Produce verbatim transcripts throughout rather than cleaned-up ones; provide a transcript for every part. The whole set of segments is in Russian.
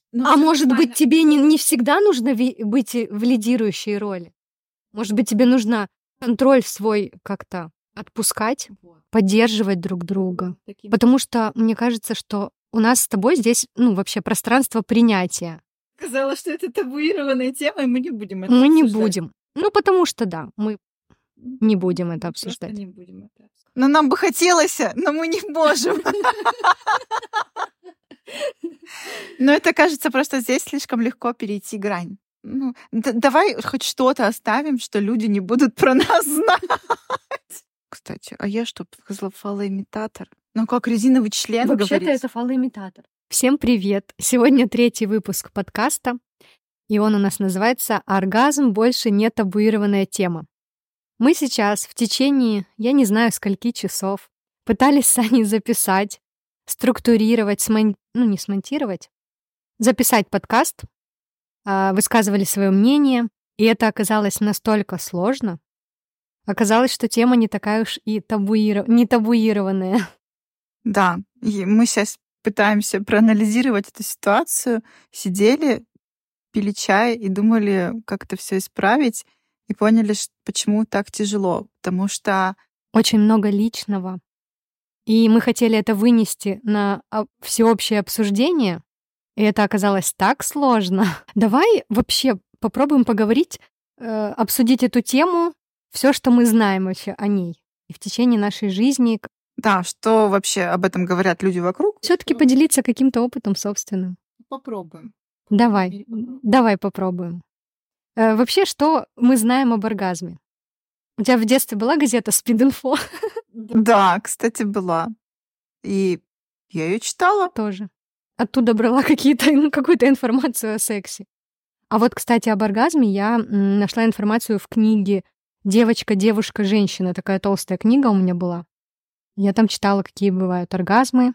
Ну, А всё может нормально. быть, тебе не, не всегда нужно ви- быть и в лидирующей роли? Может быть, тебе нужно контроль свой как-то отпускать, Вот. поддерживать друг друга? Таким Потому что мне кажется, что у нас с тобой здесь, ну, вообще пространство принятия. сказала, что это табуированная тема, и мы не будем это Мы не обсуждать. будем. Ну, потому что да, мы не будем это Мы обсуждать. Просто не будем это обсуждать. Но нам бы хотелось, но мы не можем. Но это, кажется, просто здесь слишком легко перейти грань. Ну, д- давай хоть что-то оставим, что люди не будут про нас знать. Кстати, а я что, фалоимитатор? Ну, как резиновый член, Вообще-то говорится. это фалоимитатор. Всем привет! Сегодня третий выпуск подкаста, и он у нас называется «Оргазм больше не табуированная тема». Мы сейчас в течение, я не знаю, скольки часов пытались с Аней записать, структурировать, смон... ну не смонтировать, записать подкаст, а, высказывали свое мнение, и это оказалось настолько сложно. Оказалось, что тема не такая уж и табуиро... не табуированная. Да, и мы сейчас пытаемся проанализировать эту ситуацию. Сидели, пили чай и думали, как это все исправить, и поняли, ш- почему так тяжело. Потому что Очень много личного. И мы хотели это вынести на а, всеобщее обсуждение, и это оказалось так сложно. Давай вообще попробуем поговорить, э, обсудить эту тему, все, что мы знаем вообще о ней. И в течение нашей жизни да, что вообще об этом говорят люди вокруг? все-таки поделиться каким-то опытом собственным. Попробуем. Давай, Или попробуем. давай попробуем. Э, вообще, что мы знаем об оргазме? У тебя в детстве была газета «Спид-инфо»? Да, кстати, была. И я ее читала. Тоже. Оттуда брала какие-то, ну, какую-то информацию о сексе. А вот, кстати, об оргазме я м, нашла информацию в книге «Девочка, девушка, женщина». Такая толстая книга у меня была. Я там читала, какие бывают оргазмы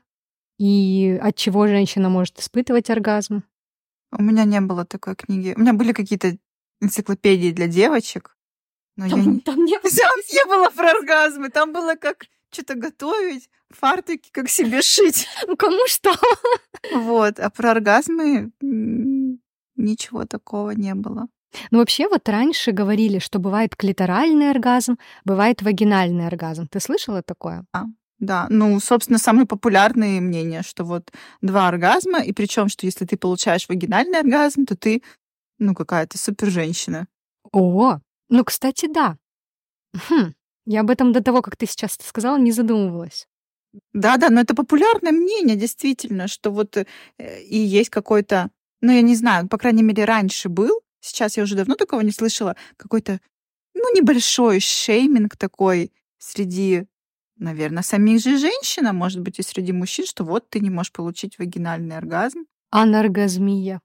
и от чего женщина может испытывать оргазм. У меня не было такой книги. У меня были какие-то энциклопедии для девочек, но я не... Там не Там не было про оргазмы. Там было как что-то готовить, фартуки как себе шить. Ну, кому что? Вот. А про оргазмы м, ничего такого не было. Ну, вообще, вот раньше говорили, что бывает клиторальный оргазм, бывает вагинальный оргазм. Ты слышала такое? Да, ну, собственно, самые популярные мнения, что вот два оргазма, и причем, что если ты получаешь вагинальный оргазм, то ты, ну, какая-то супер женщина. О, ну, кстати, да. Хм, я об этом до того, как ты сейчас это сказала, не задумывалась. Да-да, но это популярное мнение, действительно, что вот э, и есть какой-то, ну, я не знаю, по крайней мере, раньше был, сейчас я уже давно такого не слышала, какой-то, ну, небольшой шейминг такой среди, наверное, самих же женщин, а может быть, и среди мужчин, что вот ты не можешь получить вагинальный оргазм. Анаргазмия.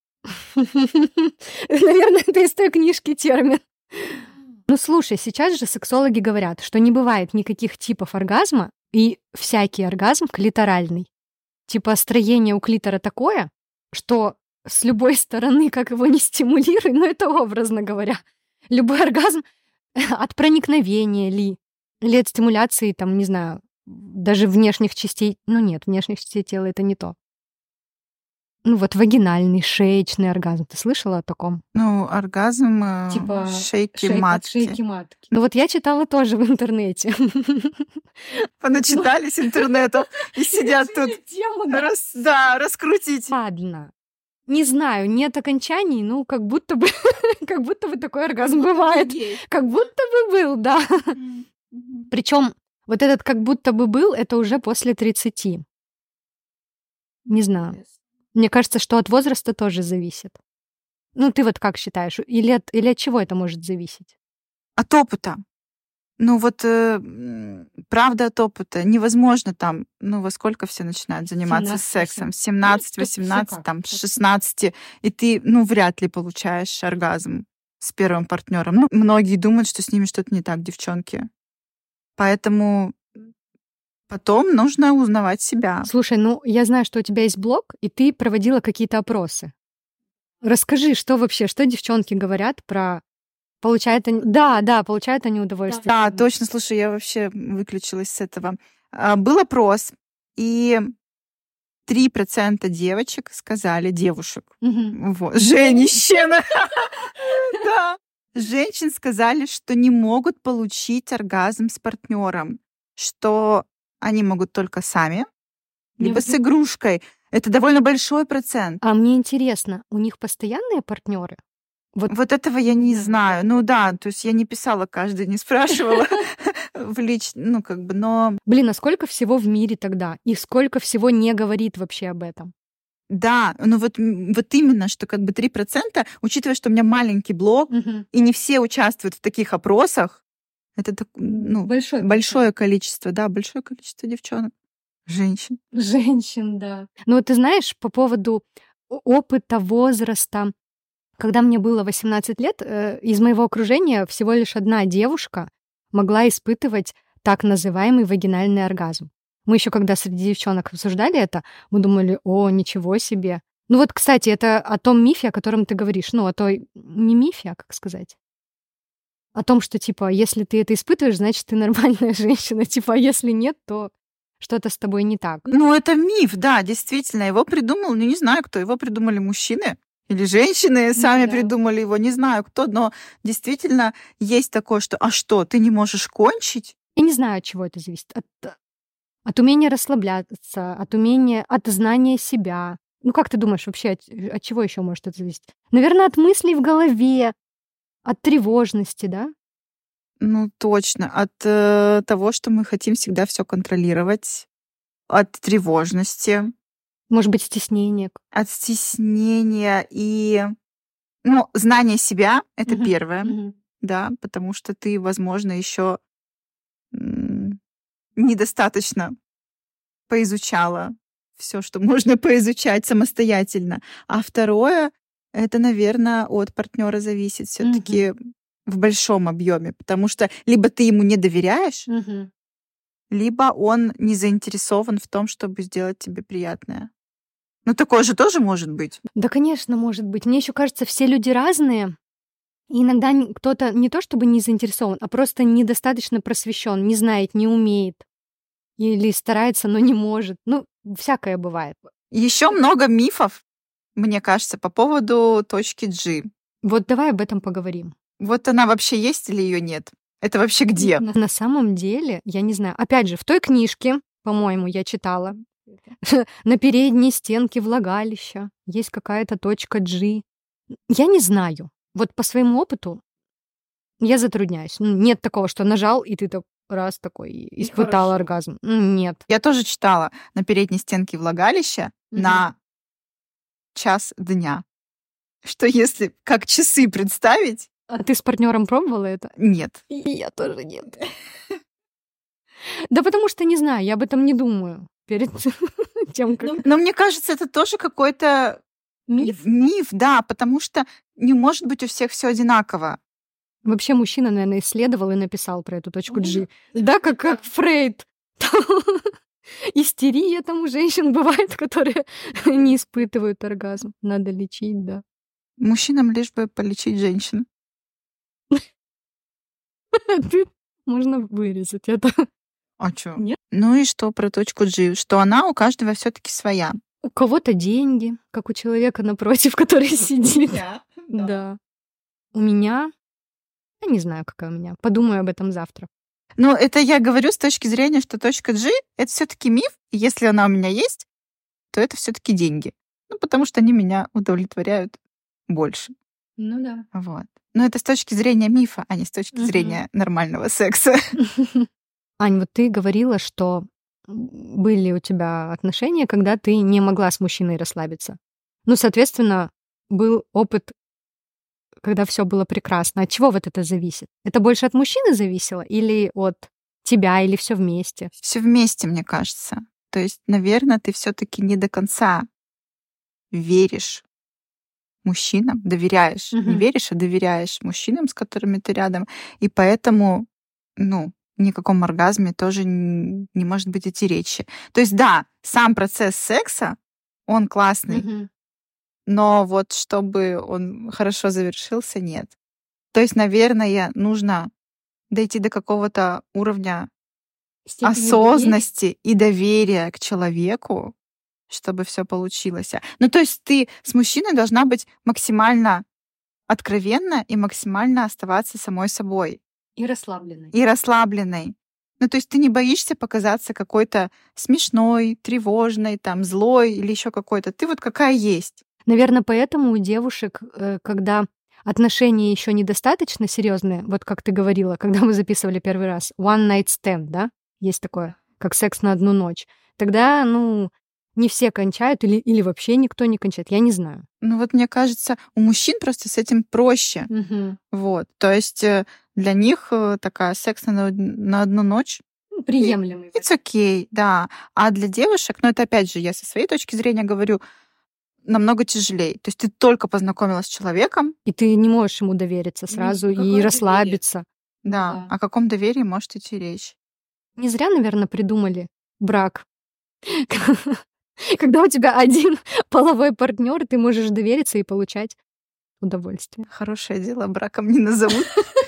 Наверное, это из той книжки термин. Ну, слушай, сейчас же сексологи говорят, что не бывает никаких типов оргазма, и всякий оргазм клиторальный. Типа строение у клитора такое, что с любой стороны, как его не стимулируй, ну, это образно говоря. Любой оргазм от проникновения ли, или от стимуляции, там, не знаю, даже внешних частей. Ну, нет, внешних частей тела — это не то. Ну, вот вагинальный, шеечный оргазм. Ты слышала о таком? Ну, оргазм э, Типа шейки шей- от матки. шейки-матки. Ну, вот я читала тоже в интернете. Поначитались интернетом и сидят тут. Тему, да. Рас- да, раскрутить. Ладно. Не знаю, нет окончаний, ну, как будто бы, как будто бы такой оргазм бывает. Как будто бы был, да. Причем вот этот как будто бы был, это уже после тридцати. Не знаю. Мне кажется, что от возраста тоже зависит. Ну, ты вот как считаешь? Или от, или от чего это может зависеть? От опыта. Ну вот, э, м, правда, от опыта. Невозможно там, ну, во сколько все начинают заниматься семнадцать, сексом? восемнадцать. семнадцать, Ну, тут всё восемнадцать, как, там, тут- шестнадцать, и ты, ну, вряд ли получаешь оргазм с первым партнером. Ну, многие думают, что с ними что-то не так, девчонки. Поэтому потом нужно узнавать себя. Слушай, ну, я знаю, что у тебя есть блог, и ты проводила какие-то опросы. Расскажи, что вообще, что девчонки говорят про... Получают они... Да, да, получают они удовольствие. Да, точно, слушай, я вообще выключилась с этого. А, Был опрос, и три процента девочек сказали, девушек, Мгм. вот, женщин, да, женщин сказали, что не могут получить оргазм с партнером, что они могут только сами, Мне либо вот с игрушкой. Это довольно большой процент. А мне интересно, у них постоянные партнеры? Вот Вот этого я не Да. знаю. Ну да, то есть я не писала каждый, не спрашивала в лич, ну как бы, но Блин, а сколько всего в мире тогда? И сколько всего не говорит вообще об этом? да, ну вот, м, вот именно, что как бы три процента, учитывая, что у меня маленький блог, Мгм. и не все участвуют в таких опросах, это так, ну, Большой процент. большое количество, да, большое количество девчонок, женщин. Женщин, да. Ну вот ты знаешь, по поводу о- опыта, возраста, когда мне было восемнадцать лет, э, из моего окружения всего лишь одна девушка могла испытывать так называемый вагинальный оргазм. Мы еще когда среди девчонок обсуждали это, мы думали, о, ничего себе. Ну вот, кстати, это о том мифе, о котором ты говоришь. Ну, о той... Не мифе, а как сказать? О том, что, типа, если ты это испытываешь, значит, ты нормальная женщина. Типа, а если нет, то что-то с тобой не так. Ну, это миф, да, действительно. Его придумал, ну, не знаю кто, его придумали мужчины или женщины сами да. придумали его, не знаю кто, но действительно есть такое, что, а что, ты не можешь кончить? Я не знаю, от чего это зависит. От, от умения расслабляться, от умения, от знания себя. Ну, как ты думаешь, вообще, от, от чего еще может это зависеть? Наверное, от мыслей в голове, от тревожности, да? Ну, точно. От э, того, что мы хотим всегда все контролировать, от тревожности, Может быть, стеснение. от стеснения и, ну, знание себя — это Мгм, первое, мгм. да, потому что ты, возможно, еще недостаточно поизучала все, что можно поизучать самостоятельно. А второе, это, наверное, от партнера зависит все-таки в большом объеме, потому что либо ты ему не доверяешь, Мгм. либо он не заинтересован в том, чтобы сделать тебе приятное. Ну, такое же тоже может быть. Да, конечно, может быть. Мне еще кажется, все люди разные. И иногда н- кто-то не то чтобы не заинтересован, а просто недостаточно просвещен, не знает, не умеет. Или старается, но не может. Ну, всякое бывает. Еще много мифов, мне кажется, по поводу точки G. Вот давай об этом поговорим. Вот она вообще есть или ее нет? Это вообще где? На, на самом деле, я не знаю. Опять же, в той книжке, по-моему, я читала, на передней стенке влагалища есть какая-то точка G. Я не знаю. Вот по своему опыту я затрудняюсь. Ну, нет такого, что нажал, и ты так раз такой и испытал хорошо. оргазм. М, Нет. Я тоже читала на передней стенке влагалища Мгм. на час дня. Что если как часы представить? А ты с партнером пробовала это? Нет. И я тоже нет. Да потому что не знаю, я об этом не думаю перед тем, как... Но мне кажется, это тоже какой-то Миф? миф, да, потому что не может быть у всех все одинаково. Вообще мужчина, наверное, исследовал и написал про эту точку G. Да, как, как Фрейд. Истерия там у женщин бывает, которые не испытывают оргазм. Надо лечить, да. Мужчинам лишь бы полечить женщин. Ты- Можно вырезать это. А что? Нет? Ну и что про точку G? Что она у каждого все-таки своя. У кого-то деньги, как у человека напротив, который сидит. Да. У меня... Я не знаю, какая у меня. Подумаю об этом завтра. Но это я говорю с точки зрения, что точка G — это все-таки миф, и если она у меня есть, то это все-таки деньги. Ну, потому что они меня удовлетворяют больше. Ну да. Вот. Но это с точки зрения мифа, а не с точки Мгм. зрения нормального секса. Ань, вот ты говорила, что были у тебя отношения, когда ты не могла с мужчиной расслабиться. Ну, соответственно, был опыт, когда все было прекрасно. От чего вот это зависит? Это больше от мужчины зависело или от тебя, или все вместе? Все вместе, мне кажется. То есть, наверное, ты все-таки не до конца веришь мужчинам, доверяешь. Не Мгм. веришь, а доверяешь мужчинам, с которыми ты рядом. И поэтому, ну, ни о каком оргазме тоже н- не может быть идти речи. То есть, да, сам процесс секса, он классный, Мгм. но вот чтобы он хорошо завершился, нет. То есть, наверное, нужно дойти до какого-то уровня Степени доверия? осознанности и доверия к человеку, чтобы все получилось. Ну, то есть ты с мужчиной должна быть максимально откровенна и максимально оставаться самой собой. И расслабленной. И расслабленной. Ну, то есть ты не боишься показаться какой-то смешной, тревожной, там, злой или еще какой-то. Ты вот какая есть. Наверное, поэтому у девушек, э, когда отношения еще недостаточно серьезные, вот как ты говорила, когда мы записывали первый раз, one night stand, да, есть такое, как секс на одну ночь, тогда, ну, не все кончают или, или вообще никто не кончает, я не знаю. Ну вот мне кажется, у мужчин просто с этим проще. Угу. Вот. То есть э, для них э, такая секс на, на одну ночь Приемлемый. it's okay, да. А для девушек, ну это опять же, я со своей точки зрения говорю, намного тяжелее. То есть ты только познакомилась с человеком. И ты не можешь ему довериться сразу Ну, и расслабиться. Да. Да. О каком доверии может идти речь? Не зря, наверное, придумали брак. Когда у тебя один половой партнер, ты можешь довериться и получать удовольствие. Хорошее дело браком не назовут.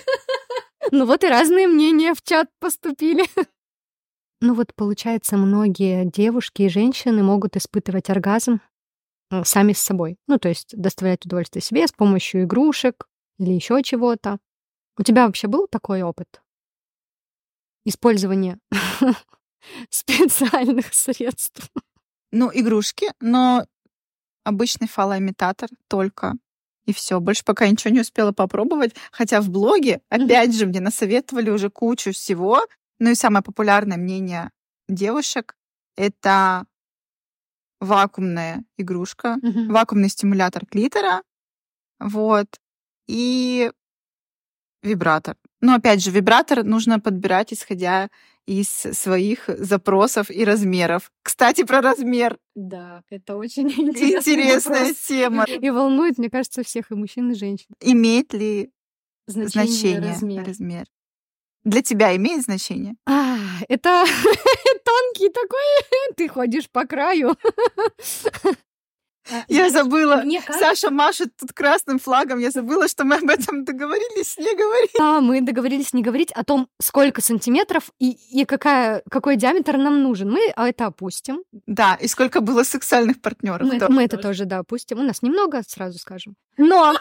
Ну вот и разные мнения в чат поступили. Ну вот, получается, многие девушки и женщины могут испытывать оргазм э, сами с собой. Ну, то есть доставлять удовольствие себе с помощью игрушек или еще чего-то. У тебя вообще был такой опыт? Использование специальных средств. Ну, игрушки, но обычный фалоимитатор только. И все. Больше пока ничего не успела попробовать. Хотя в блоге, опять же, мне насоветовали уже кучу всего. Ну и самое популярное мнение девушек — это вакуумная игрушка, Мгм. вакуумный стимулятор клитора, вот, и вибратор. Но опять же, вибратор нужно подбирать, исходя из своих запросов и размеров. Кстати, про размер. Да, это очень интересный Интересная вопрос. тема. И волнует, мне кажется, всех, и мужчин, и женщин. Имеет ли Значение, значение размер. размер? Для тебя имеет значение? А, это тонкий такой, ты ходишь по краю. Я забыла. Мне кажется- Саша машет тут красным флагом. Я забыла, что мы об этом договорились не говорить. Да, мы договорились не говорить о том, сколько сантиметров и, и какая, какой диаметр нам нужен. Мы а это опустим. Да, и сколько было сексуальных партнеров. Мы, мы это тоже, да, опустим. У нас немного, сразу скажем. Но...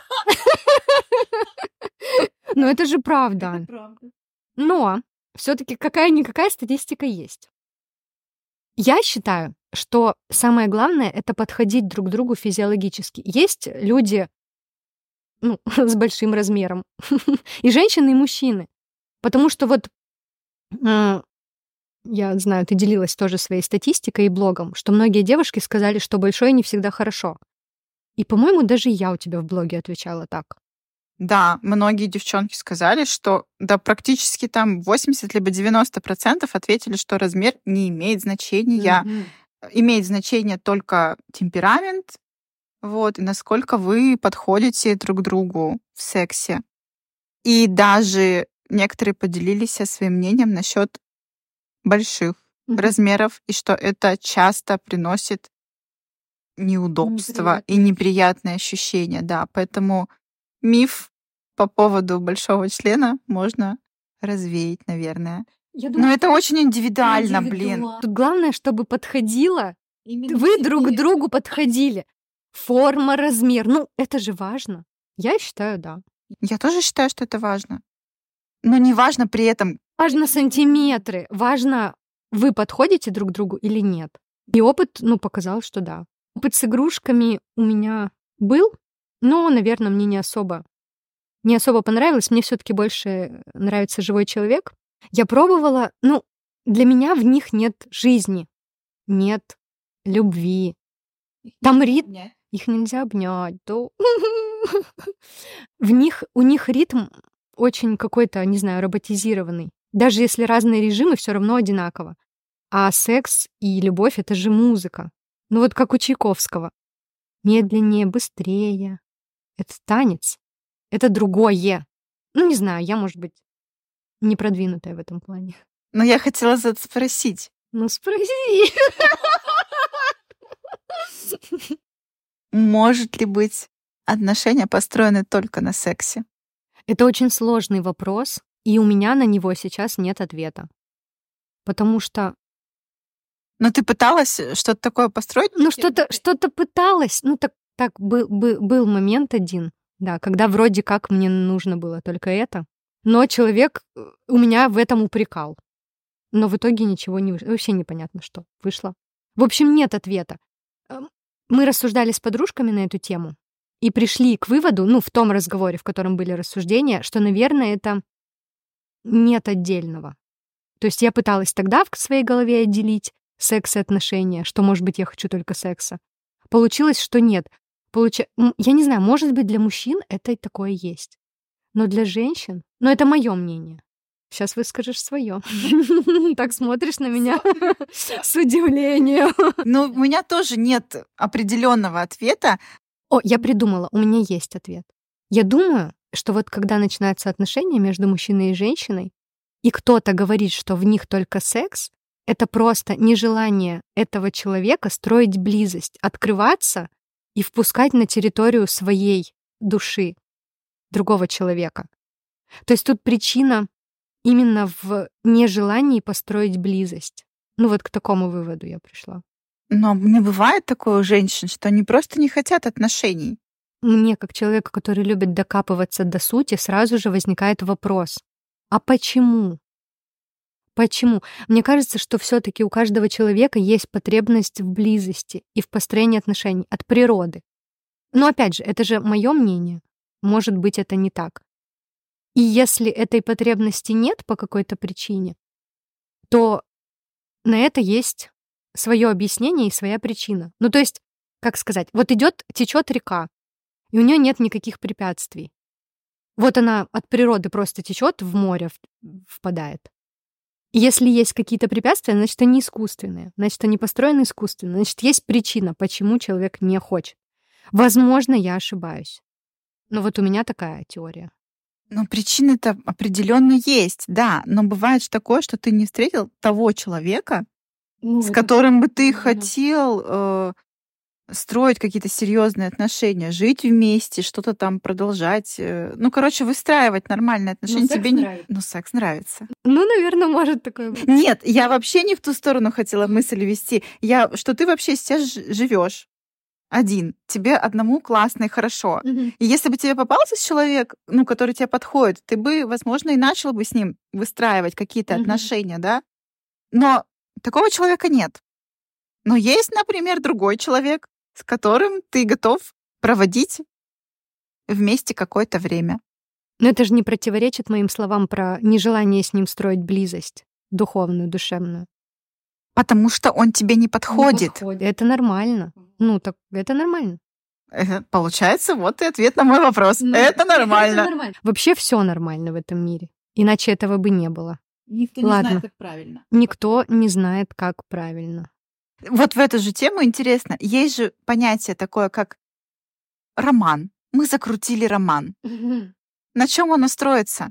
Но это же правда. Но все-таки какая-никакая статистика есть. Я считаю, что самое главное — это подходить друг к другу физиологически. Есть люди ну, с большим размером. И женщины, и мужчины. Потому что вот э, я знаю, ты делилась тоже своей статистикой и блогом, что многие девушки сказали, что большое не всегда хорошо. И, по-моему, даже я у тебя в блоге отвечала так. Да, многие девчонки сказали, что да, практически там восемьдесят либо девяносто процентов ответили, что размер не имеет значения. Мгм. Имеет значение только темперамент, вот, и насколько вы подходите друг другу в сексе. И даже некоторые поделились своим мнением насчет больших Мгм. размеров, и что это часто приносит неудобства и Неприятные. неприятные ощущения, да. Поэтому миф по поводу большого члена можно развеять, наверное. Я Но думаю, это очень индивидуально, блин. Тут главное, чтобы подходило, вы друг к другу подходили. Форма, размер. Ну, это же важно. Я считаю, да. Я тоже считаю, что это важно. Но не важно при этом. Важно сантиметры. Важно, вы подходите друг к другу или нет. И опыт, ну, показал, что да. Опыт с игрушками у меня был, но, наверное, мне не особо, не особо понравилось. Мне все-таки больше нравится живой человек. Я пробовала, ну, для меня в них нет жизни, нет любви. Там ритм, их нельзя обнять. То... В них, у них ритм очень какой-то, не знаю, роботизированный. Даже если разные режимы, все равно одинаково. А секс и любовь — это же музыка. Ну вот как у Чайковского. Медленнее, быстрее. Это танец. Это другое. Ну, не знаю, я, может быть, не продвинутая в этом плане. Но я хотела за- спросить. Ну, спроси. Может ли быть отношения построены только на сексе? Это очень сложный вопрос, и у меня на него сейчас нет ответа. Потому что Но ты пыталась что-то такое построить? Ну, что-то что-то пыталась. Ну, так, так был, был, был момент один, да, когда вроде как мне нужно было только это. Но человек у меня в этом упрекал. Но в итоге ничего не вышло. Вообще непонятно, что вышло. В общем, нет ответа. Мы рассуждали с подружками на эту тему и пришли к выводу, ну, в том разговоре, в котором были рассуждения, что, наверное, это нет отдельного. То есть я пыталась тогда в своей голове отделить секс и отношения, что, может быть, я хочу только секса. Получилось, что нет. Получа... Я не знаю, может быть, для мужчин это и такое есть. Но для женщин... Но это мое мнение. Сейчас выскажешь свое. Так смотришь на меня с удивлением. Ну, у меня тоже нет определенного ответа. О, я придумала, у меня есть ответ. Я думаю, что вот когда начинаются отношения между мужчиной и женщиной, и кто-то говорит, что в них только секс, это просто нежелание этого человека строить близость, открываться и впускать на территорию своей души другого человека. То есть тут причина именно в нежелании построить близость. Ну вот к такому выводу я пришла. Но не бывает такое у женщин, что они просто не хотят отношений. Мне, как человеку, который любит докапываться до сути, сразу же возникает вопрос. А почему? Почему? Мне кажется, что все-таки у каждого человека есть потребность в близости и в построении отношений от природы. Но опять же, это же мое мнение. Может быть, это не так. И если этой потребности нет по какой-то причине, то на это есть свое объяснение и своя причина. Ну, то есть, как сказать, вот идет, течет река, и у нее нет никаких препятствий. Вот она от природы просто течет, в море впадает. И если есть какие-то препятствия, значит, они искусственные, значит, они построены искусственно, значит, есть причина, почему человек не хочет. Возможно, я ошибаюсь. Но вот у меня такая теория. Ну, причины-то определенно есть, да. Но бывает же такое, что ты не встретил того человека, ну, с которым бы ты хотел э, строить какие-то серьезные отношения, жить вместе, что-то там продолжать. Э, ну, короче, выстраивать нормальные отношения. Но Тебе секс не... нравится. Ну, секс нравится. Ну, наверное, может такое быть. Нет, я вообще не в ту сторону хотела мысль вести. Я, что ты вообще сейчас живешь один, тебе одному классно и хорошо. Мгм. И если бы тебе попался человек, ну, который тебе подходит, ты бы, возможно, и начал бы с ним выстраивать какие-то Мгм. отношения, да? Но такого человека нет. Но есть, например, другой человек, с которым ты готов проводить вместе какое-то время. Но это же не противоречит моим словам про нежелание с ним строить близость духовную, душевную. Потому что он тебе не подходит. Это нормально. Ну, так это нормально. Э, Получается, вот и ответ на мой вопрос. Ну, Это нормально. Вообще все нормально в этом мире. Иначе этого бы не было. Никто не Ладно. знает, как правильно. Никто не знает, как правильно. Вот в эту же тему интересно. Есть же понятие такое, как роман. Мы закрутили роман. На чем он строится?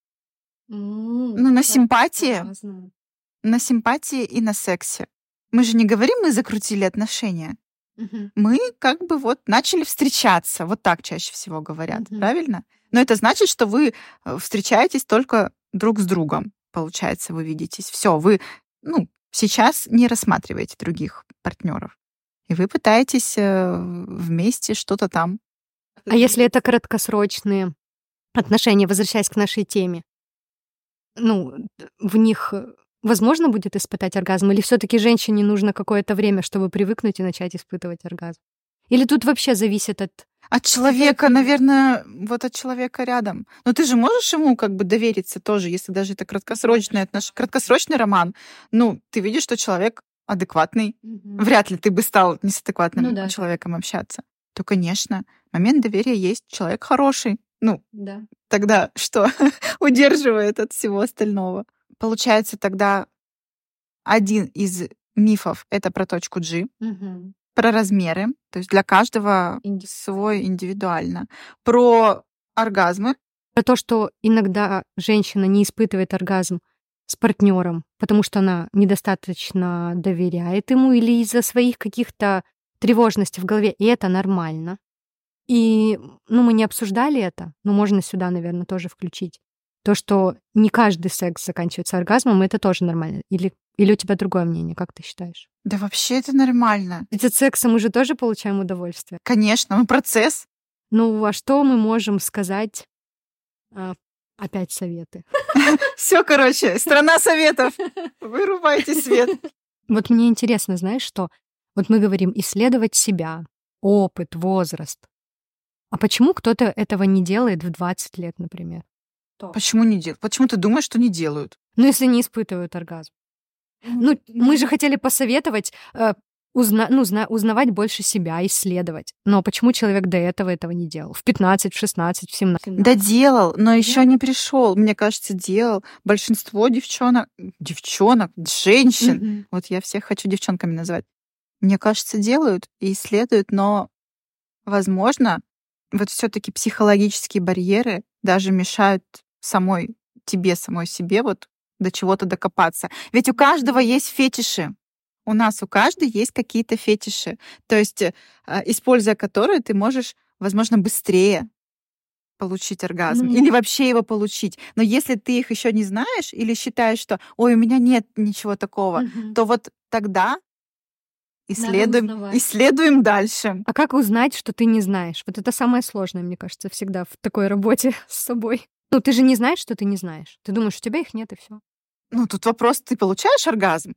Ну, на симпатии. На симпатии и на сексе. Мы же не говорим, мы закрутили отношения. Мы как бы вот начали встречаться. Вот так чаще всего говорят, Мгм. правильно? Но это значит, что вы э, встречаетесь только друг с другом. Получается, вы видитесь. Все, вы, ну, сейчас не рассматриваете других партнеров. И вы пытаетесь э, вместе что-то там. А если это краткосрочные отношения, возвращаясь к нашей теме, ну, д- в них э, возможно будет испытать оргазм? Или все-таки женщине нужно какое-то время, чтобы привыкнуть и начать испытывать оргазм? Или тут вообще зависит от... От человека, наверное, вот от человека рядом. Но ты же можешь ему как бы довериться тоже, если даже это краткосрочный, отнош... краткосрочный роман. Ну, ты видишь, что человек адекватный. Вряд ли ты бы стал не с адекватным Ну да. человеком общаться. То, конечно, момент доверия есть. Человек хороший. Ну, Да. тогда что удерживает от всего остального? Получается, тогда один из мифов — это про точку G, про размеры, то есть для каждого Инди- свой индивидуально. Про оргазмы. Про то, что иногда женщина не испытывает оргазм с партнером, потому что она недостаточно доверяет ему или из-за своих каких-то тревожностей в голове, и это нормально. И, ну, мы не обсуждали это, но можно сюда, наверное, тоже включить. То, что не каждый секс заканчивается оргазмом, это тоже нормально. Или, или у тебя другое мнение, как ты считаешь? Да вообще это нормально. Ведь от секса мы же тоже получаем удовольствие. Конечно, он процесс. Ну, а что мы можем сказать? А, опять советы. Все, короче, страна советов. Вырубайте свет. Вот мне интересно, знаешь что? Вот мы говорим исследовать себя, опыт, возраст. А почему кто-то этого не делает в двадцать лет, например? Почему не делают? Почему ты думаешь, что не делают? Ну, если не испытывают оргазм. Ну, мы же хотели посоветовать, э, узна- ну, зна- узнавать больше себя, исследовать. Но почему человек до этого этого не делал? В пятнадцать, в шестнадцать, в семнадцать? Да делал, но еще не пришел. Мне кажется, делал. Большинство девчонок, девчонок, женщин, Мгм. вот я всех хочу девчонками называть, мне кажется, делают и исследуют, но, возможно, вот все-таки психологические барьеры даже мешают самой тебе, самой себе вот до чего-то докопаться. Ведь у каждого есть фетиши. У нас у каждой есть какие-то фетиши, то есть, э, используя которые ты можешь, возможно, быстрее получить оргазм Ну, или вообще его получить. Но если ты их еще не знаешь или считаешь, что «ой, у меня нет ничего такого», Мгм. то вот тогда исследуем, узнавать. исследуем дальше. А как узнать, что ты не знаешь? Вот это самое сложное, мне кажется, всегда в такой работе с собой. Ну, ты же не знаешь, что ты не знаешь. Ты думаешь, у тебя их нет, и все. Ну, тут вопрос, ты получаешь оргазм?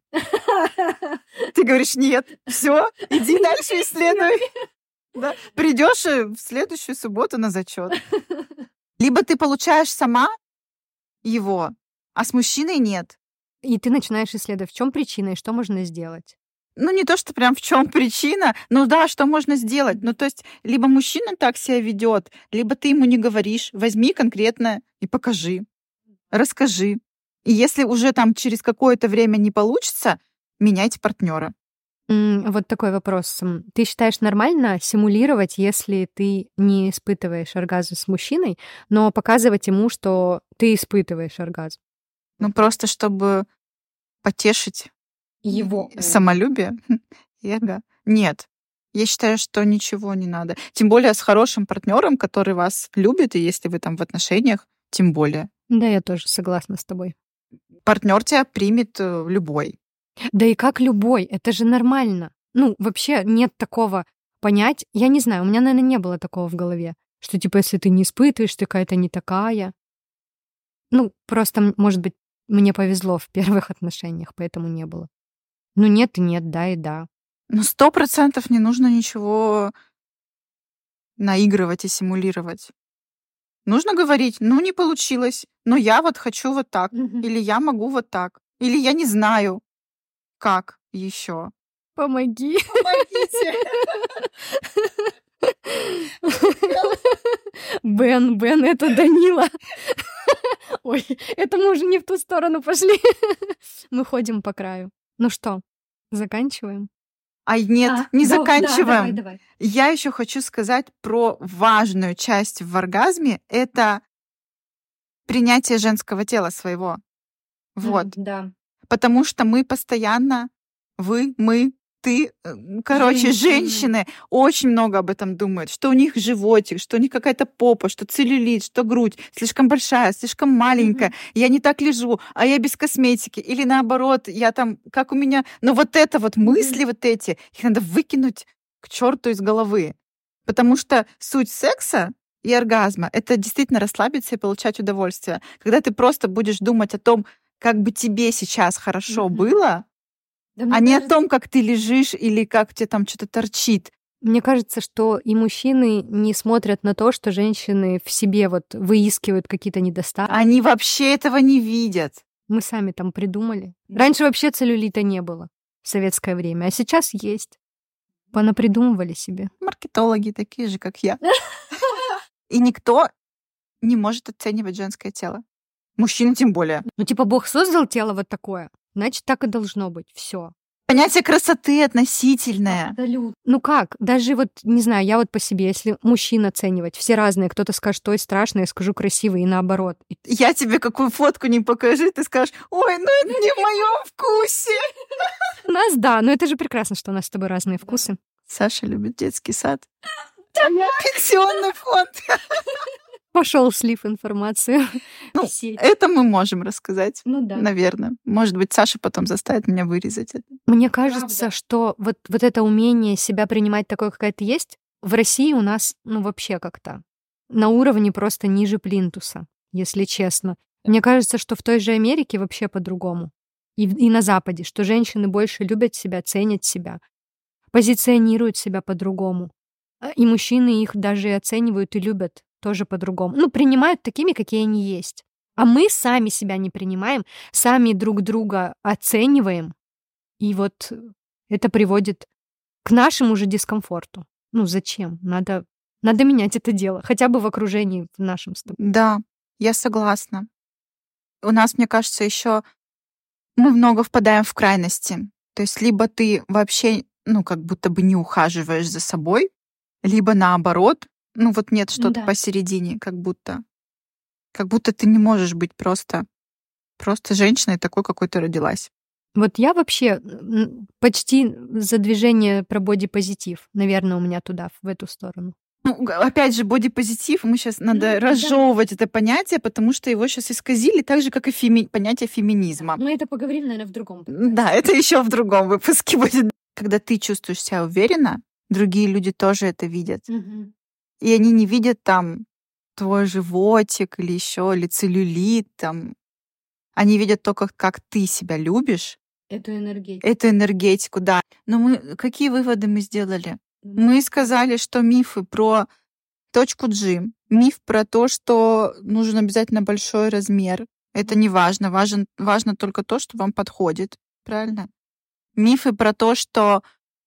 Ты говоришь «нет», все, иди дальше исследуй. Да. Придешь в следующую субботу на зачет. Либо ты получаешь сама его, а с мужчиной нет. И ты начинаешь исследовать, в чем причина и что можно сделать. Ну, не то, что прям в чем причина, но да, что можно сделать. Ну, то есть, либо мужчина так себя ведет, либо ты ему не говоришь. Возьми конкретно и покажи. Расскажи. И если уже там через какое-то время не получится, меняйте партнера. М, Вот такой вопрос. М, Ты считаешь нормально симулировать, если ты не испытываешь оргазм с мужчиной, но показывать ему, что ты испытываешь оргазм? Ну, просто чтобы потешить Его. самолюбие и эго. Нет. Я считаю, что ничего не надо. Тем более с хорошим партнером, который вас любит, и если вы там в отношениях, тем более. Да, я тоже согласна с тобой. Партнер тебя примет э, любой. Да и как любой, это же нормально. Ну, вообще нет такого понять. Я не знаю, у меня, наверное, не было такого в голове, что типа если ты не испытываешь, ты какая-то не такая. Ну, просто, м, может быть, мне повезло в первых отношениях, поэтому не было. Ну, нет и нет, да и да. Ну, сто процентов не нужно ничего наигрывать и симулировать. Нужно говорить, ну, не получилось, но я вот хочу вот так, или я могу вот так, или я не знаю, как еще. Помоги. Помогите! Бен, Бен, это Данила. Ой, это мы уже не в ту сторону пошли. Мы ходим по краю. Ну что, заканчиваем? А нет, А, не да, заканчиваем. да, давай, давай. Я еще хочу сказать про важную часть в оргазме. Это принятие женского тела своего. Вот. М, Да. Потому что мы постоянно, вы, мы, ты, э, короче, Женщины. женщины очень много об этом думают, что у них животик, что у них какая-то попа, что целлюлит, что грудь слишком большая, слишком маленькая, Мгм. я не так лежу, а я без косметики, или наоборот, я там, как у меня... Но вот это вот мысли вот эти, их надо выкинуть к черту из головы. Потому что суть секса и оргазма — это действительно расслабиться и получать удовольствие. Когда ты просто будешь думать о том, как бы тебе сейчас хорошо Мгм. было, Да, мне а не о кажется- том, как ты лежишь или как тебе там что-то торчит. Мне кажется, что и мужчины не смотрят на то, что женщины в себе вот выискивают какие-то недостатки. Они вообще этого не видят. Мы сами там придумали. Раньше вообще целлюлита не было в советское время, а сейчас есть. Понапридумывали себе. Маркетологи такие же, как я. И никто не может оценивать женское тело. Мужчины тем более. Ну, типа, Бог создал тело вот такое, значит, так и должно быть. Все. Понятие красоты относительное. Ну как? Даже вот, не знаю, я вот по себе, если мужчин оценивать, все разные. Кто-то скажет, ой, страшно, я скажу красивый, и наоборот. И Я тебе какую фотку не покажи, ты скажешь, ой, ну это не в моем вкусе. у нас, да, но это же прекрасно, что у нас с тобой разные вкусы. Саша любит детский сад. Пенсионный фонд. Пошел слив информации. Ну, это мы можем рассказать. Ну да. Наверное. Может быть, Саша потом заставит меня вырезать это. Мне кажется, Правда. что вот, вот это умение себя принимать такой, какая ты есть, в России у нас, ну, вообще как-то на уровне просто ниже плинтуса, если честно. Мне кажется, что в той же Америке вообще по-другому. И, и на Западе, что женщины больше любят себя, ценят себя, позиционируют себя по-другому. И мужчины их даже и оценивают и любят тоже по-другому. Ну, принимают такими, какие они есть. А мы сами себя не принимаем, сами друг друга оцениваем. И вот это приводит к нашему же дискомфорту. Ну, зачем? Надо, надо менять это дело. Хотя бы в окружении в нашем с тобой. Да, я согласна. У нас, мне кажется, еще мы много впадаем в крайности. То есть либо ты вообще, ну, как будто бы не ухаживаешь за собой, либо наоборот, ну, вот нет что-то Да. посередине, как будто. Как будто ты не можешь быть просто, просто женщиной такой, какой ты родилась. Вот я вообще почти за движение про бодипозитив. Наверное, у меня туда, в эту сторону. Ну, опять же, бодипозитив, мы сейчас надо ну, разжевывать да. это понятие, потому что его сейчас исказили, так же, как и феми... понятие феминизма. Мы это поговорим, наверное, в другом. Да, это еще в другом выпуске будет. Когда ты чувствуешь себя уверенно, другие люди тоже это видят. Угу. И они не видят там твой животик или еще или целлюлит там. Они видят только, как ты себя любишь. Эту энергетику. Эту энергетику, да. Но мы какие выводы мы сделали? Mm-hmm. Мы сказали, что мифы про точку G, миф про то, что нужен обязательно большой размер. Это не важно. Важен, важно только то, что вам подходит. Правильно? Мифы про то, что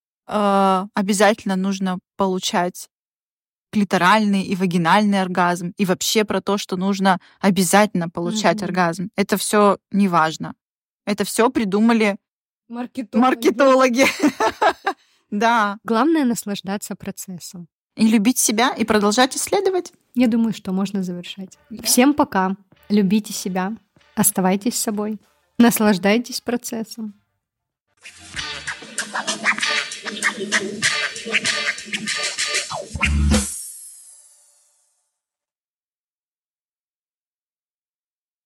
э, обязательно нужно получать клиторальный и вагинальный оргазм, и вообще про то, что нужно обязательно получать mm-hmm. оргазм. Это все не важно. Это все придумали маркетологи. маркетологи. Да. Главное наслаждаться процессом. И любить себя, и продолжать исследовать. Я думаю, что можно завершать. Да. Всем пока. Любите себя. Оставайтесь собой. Наслаждайтесь процессом. Thank you.